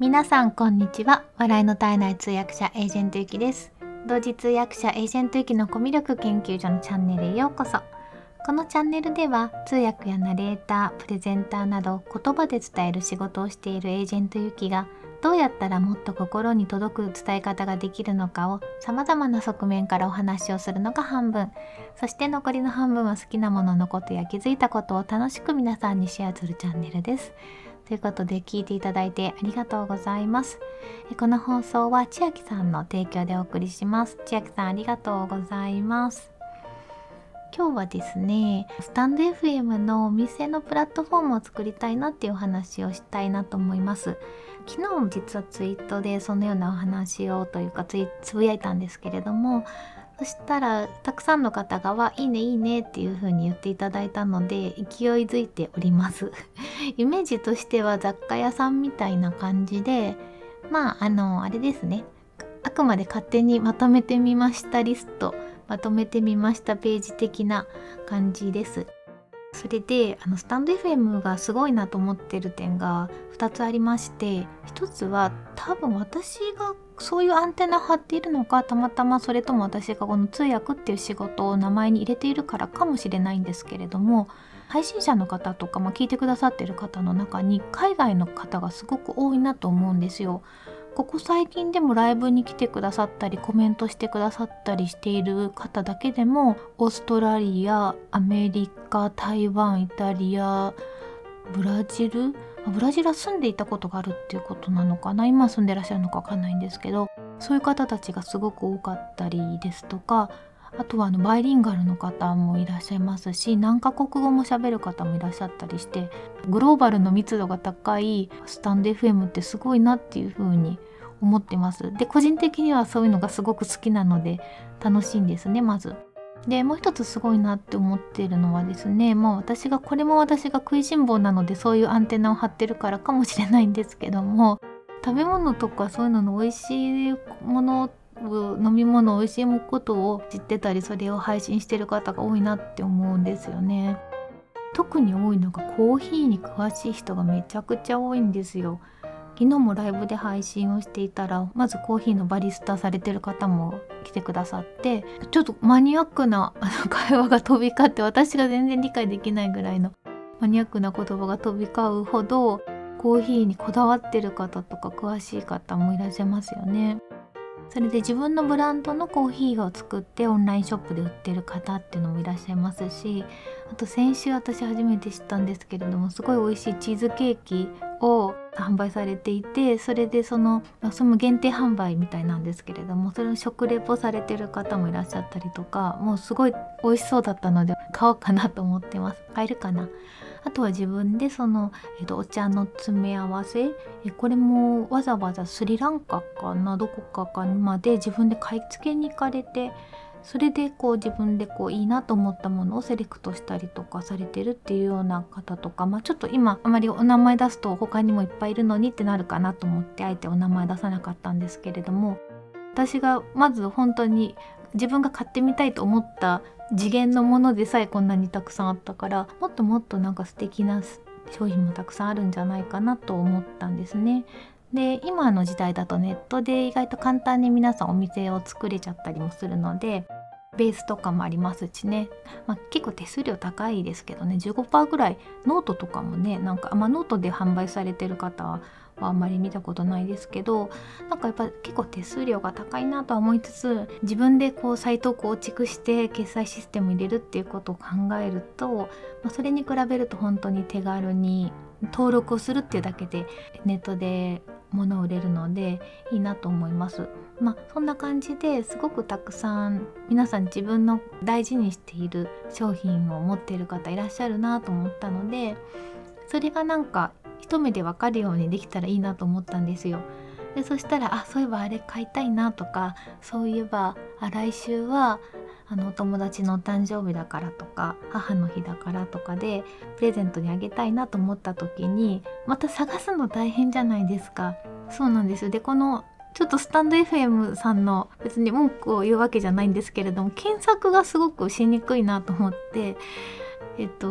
皆さんこんにちは。笑いの絶えない通訳者エージェントゆきです。同時通訳者エージェントゆきのコミュ力研究所のチャンネルへようこそ。このチャンネルでは通訳やナレーター、プレゼンターなど言葉で伝える仕事をしているエージェントゆきがどうやったらもっと心に届く伝え方ができるのかを様々な側面からお話をするのが半分、そして残りの半分は好きなもののことや気づいたことを楽しく皆さんにシェアするチャンネルです。ということで聞いていただいてありがとうございます。この放送は千秋さんの提供でお送りします。千秋さんありがとうございます。今日はですね、スタンド FM のお店のプラットフォームを作りたいなっていうお話をしたいなと思います。昨日実はツイートでそのようなお話をというかつぶやいたんですけれども、そしたらたくさんの方がいいねいいねっていう風に言っていただいたので勢いづいておりますイメージとしては雑貨屋さんみたいな感じで、あれですね、あくまで勝手にまとめてみましたリスト、まとめてみましたページ的な感じです。それでスタンド FM がすごいなと思ってる点が2つありまして、1つは多分私がそういうアンテナ張っているのか、たまたまそれとも私がこの通訳っていう仕事を名前に入れているからかもしれないんですけれども、配信者の方とか、聞いてくださっている方の中に海外の方がすごく多いなと思うんですよ。ここ最近でもライブに来てくださったりコメントしてくださったりしている方だけでもオーストラリア、アメリカ、台湾、イタリア、ブラジルは住んでいたことがあるっていうことなのかな、今住んでらっしゃるのかわかんないんですけど、そういう方たちがすごく多かったりですとか、あとはバイリンガルの方もいらっしゃいますし、何カ国語も喋る方もいらっしゃったりして、グローバルの密度が高いスタンド FM ってすごいなっていうふうに思ってます。で、個人的にはそういうのがすごく好きなので楽しいんですね。まずで、もう一つすごいなって思っているのはですね、私が食いしん坊なのでそういうアンテナを張ってるからかもしれないんですけども、食べ物とかそういうのの美味しいもの、飲み物、美味しいことを知ってたり、それを配信してる方が多いなって思うんですよね。特に多いのがコーヒーに詳しい人がめちゃくちゃ多いんですよ。昨日もライブで配信をしていたら、まずコーヒーのバリスタされてる方も来てくださって、ちょっとマニアックな会話が飛び交って、私が全然理解できないぐらいのマニアックな言葉が飛び交うほどコーヒーにこだわってる方とか詳しい方もいらっしゃいますよね。それで自分のブランドのコーヒーを作ってオンラインショップで売ってる方っていうのもいらっしゃいますし、あと先週私初めて知ったんですけれども、すごい美味しいチーズケーキを販売されていて、それでその限定販売みたいなんですけれども、それを食レポされてる方もいらっしゃったりとか、もうすごい美味しそうだったので買おうかなと思ってます。買えるかな。あとは自分でお茶の詰め合わせ、これもわざわざスリランカかな、どこかまで自分で買い付けに行かれて、それで自分でいいなと思ったものをセレクトしたりとかされてるっていうような方とか、ちょっと今あまりお名前出すと他にもいっぱいいるのにってなるかなと思ってあえてお名前出さなかったんですけれども、私がまず本当に自分が買ってみたいと思った次元のものでさえこんなにたくさんあったから、もっともっと素敵な商品もたくさんあるんじゃないかなと思ったんですね。で、今の時代だとネットで意外と簡単に皆さんお店を作れちゃったりもするので、ベースとかもありますしね、結構手数料高いですけどね、 15% ぐらい。ノートとかもね、ノートで販売されてる方はあんまり見たことないですけど、やっぱ結構手数料が高いなとは思いつつ、自分でサイトを構築して決済システム入れるっていうことを考えると、それに比べると本当に手軽に登録をするっていうだけでネットで物を売れるのでいいなと思います。そんな感じですごくたくさん皆さん自分の大事にしている商品を持っている方いらっしゃるなと思ったので、それが一目でわかるようにできたらいいなと思ったんですよ。で、そしたらそういえばあれ買いたいなとか、そういえば来週はお友達のお誕生日だからとか母の日だからとかでプレゼントにあげたいなと思った時に、また探すの大変じゃないですか。そうなんです。で、このちょっとスタンド FM さんの別に文句を言うわけじゃないんですけれども、検索がすごくしにくいなと思って、例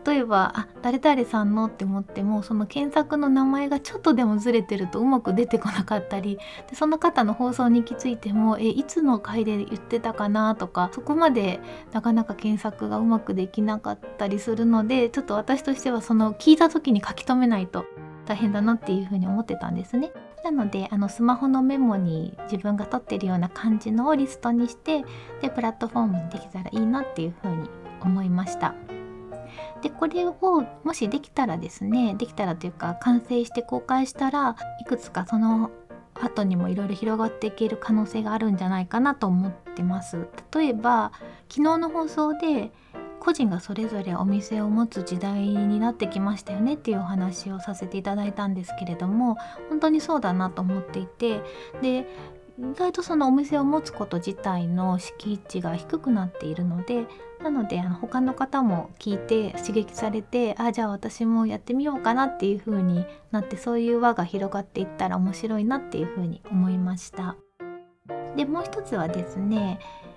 例えば誰々さんのって思っても、その検索の名前がちょっとでもずれてるとうまく出てこなかったりで、その方の放送に行き着いてもいつの回で言ってたかなとか、そこまでなかなか検索がうまくできなかったりするので、ちょっと私としてはその聞いた時に書き留めないと大変だなっていうふうに思ってたんですね。なのでスマホのメモに自分が撮ってるような感じのをリストにして、でプラットフォームにできたらいいなっていうふうに思いました。でこれをもしできたらですね、できたらというか完成して公開したら、いくつかその後にもいろいろ広がっていける可能性があるんじゃないかなと思ってます。例えば昨日の放送で個人がそれぞれお店を持つ時代になってきましたよねっていうお話をさせていただいたんですけれども、本当にそうだなと思っていて、で意外とそのお店を持つこと自体の敷地が低くなっているので、なので他の方も聞いて刺激されて、じゃあ私もやってみようかなっていう風になって、そういう輪が広がっていったら面白いなっていう風に思いました。でもう一つはですね、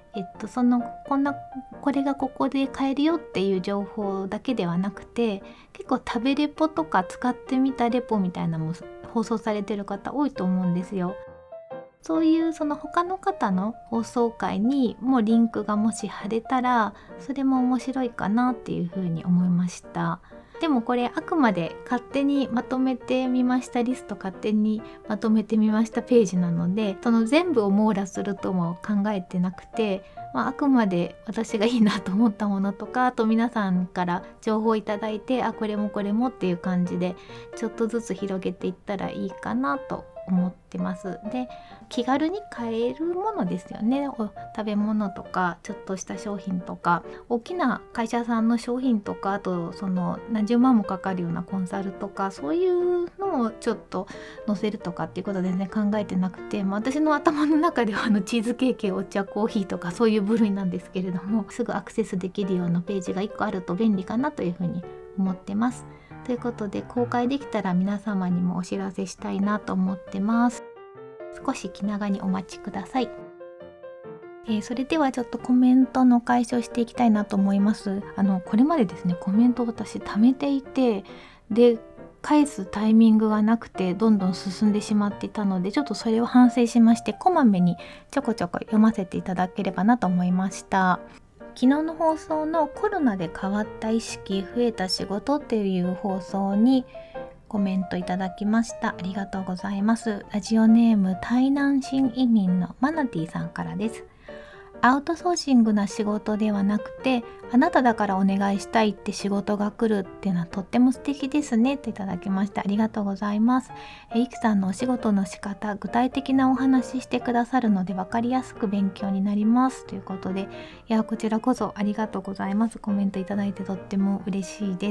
これがここで買えるよっていう情報だけではなくて、結構食べレポとか使ってみたレポみたいなのも放送されてる方多いと思うんですよ。そういうその他の方の放送回にもリンクがもし貼れたら、それも面白いかなっていうふうに思いました。でもこれあくまで勝手にまとめてみましたリスト、勝手にまとめてみましたページなので、その全部を網羅するとも考えてなくて、あくまで私がいいなと思ったものとか、あと皆さんから情報いただいて、これもこれもっていう感じでちょっとずつ広げていったらいいかなと思ってます。で気軽に買えるものですよね。食べ物とかちょっとした商品とか、大きな会社さんの商品とか、あとその何十万もかかるようなコンサルとか、そういうのをちょっと載せるとかっていうことでね考えてなくて、私の頭の中ではチーズケーキ、お茶、コーヒーとかそういう部類なんですけれども、すぐアクセスできるようなページが1個あると便利かなというふうに思ってます。ということで公開できたら皆様にもお知らせしたいなと思ってます。少し気長にお待ちください。それではちょっとコメントの解消していきたいなと思います。これまでですねコメントを私貯めていて、で返すタイミングがなくてどんどん進んでしまっていたので、ちょっとそれを反省しまして、こまめにちょこちょこ読ませていただければなと思いました。昨日の放送のコロナで変わった意識、増えた仕事っていう放送にコメントいただきました。ありがとうございます。ラジオネーム台南新移民のマナティさんからです。アウトソーシングな仕事ではなくて、あなただからお願いしたいって仕事が来るっていうのはとっても素敵ですねといただきました。ありがとうございます。いきさんのお仕事の仕方、具体的なお話ししてくださるので分かりやすく勉強になりますということで、こちらこそありがとうございます。コメントいただいてとっても嬉しいです。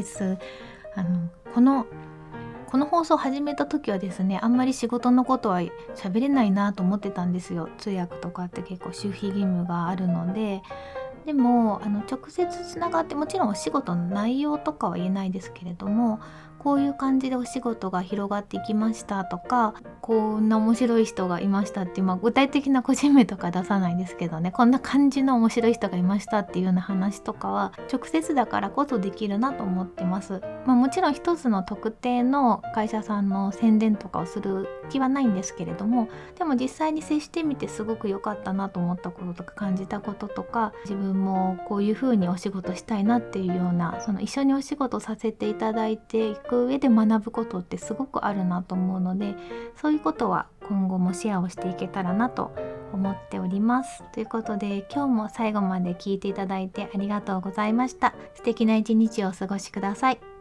この放送を始めた時はですね、あんまり仕事のことは喋れないなと思ってたんですよ。通訳とかって結構守秘義務があるので。でも直接つながって、もちろんお仕事の内容とかは言えないですけれども、こういう感じでお仕事が広がっていきましたとか、こんな面白い人がいましたっていう、具体的な個人名とか出さないですけどね、こんな感じの面白い人がいましたっていうような話とかは直接だからこそできるなと思ってます。もちろん一つの特定の会社さんの宣伝とかをする気はないんですけれども、でも実際に接してみてすごく良かったなと思ったこととか感じたこととか、自分もこういう風にお仕事したいなっていうような、その一緒にお仕事させていただいていく上で学ぶことってすごくあるなと思うので、そういうことは今後もシェアをしていけたらなと思っております。ということで今日も最後まで聞いていただいてありがとうございました。素敵な一日をお過ごしください。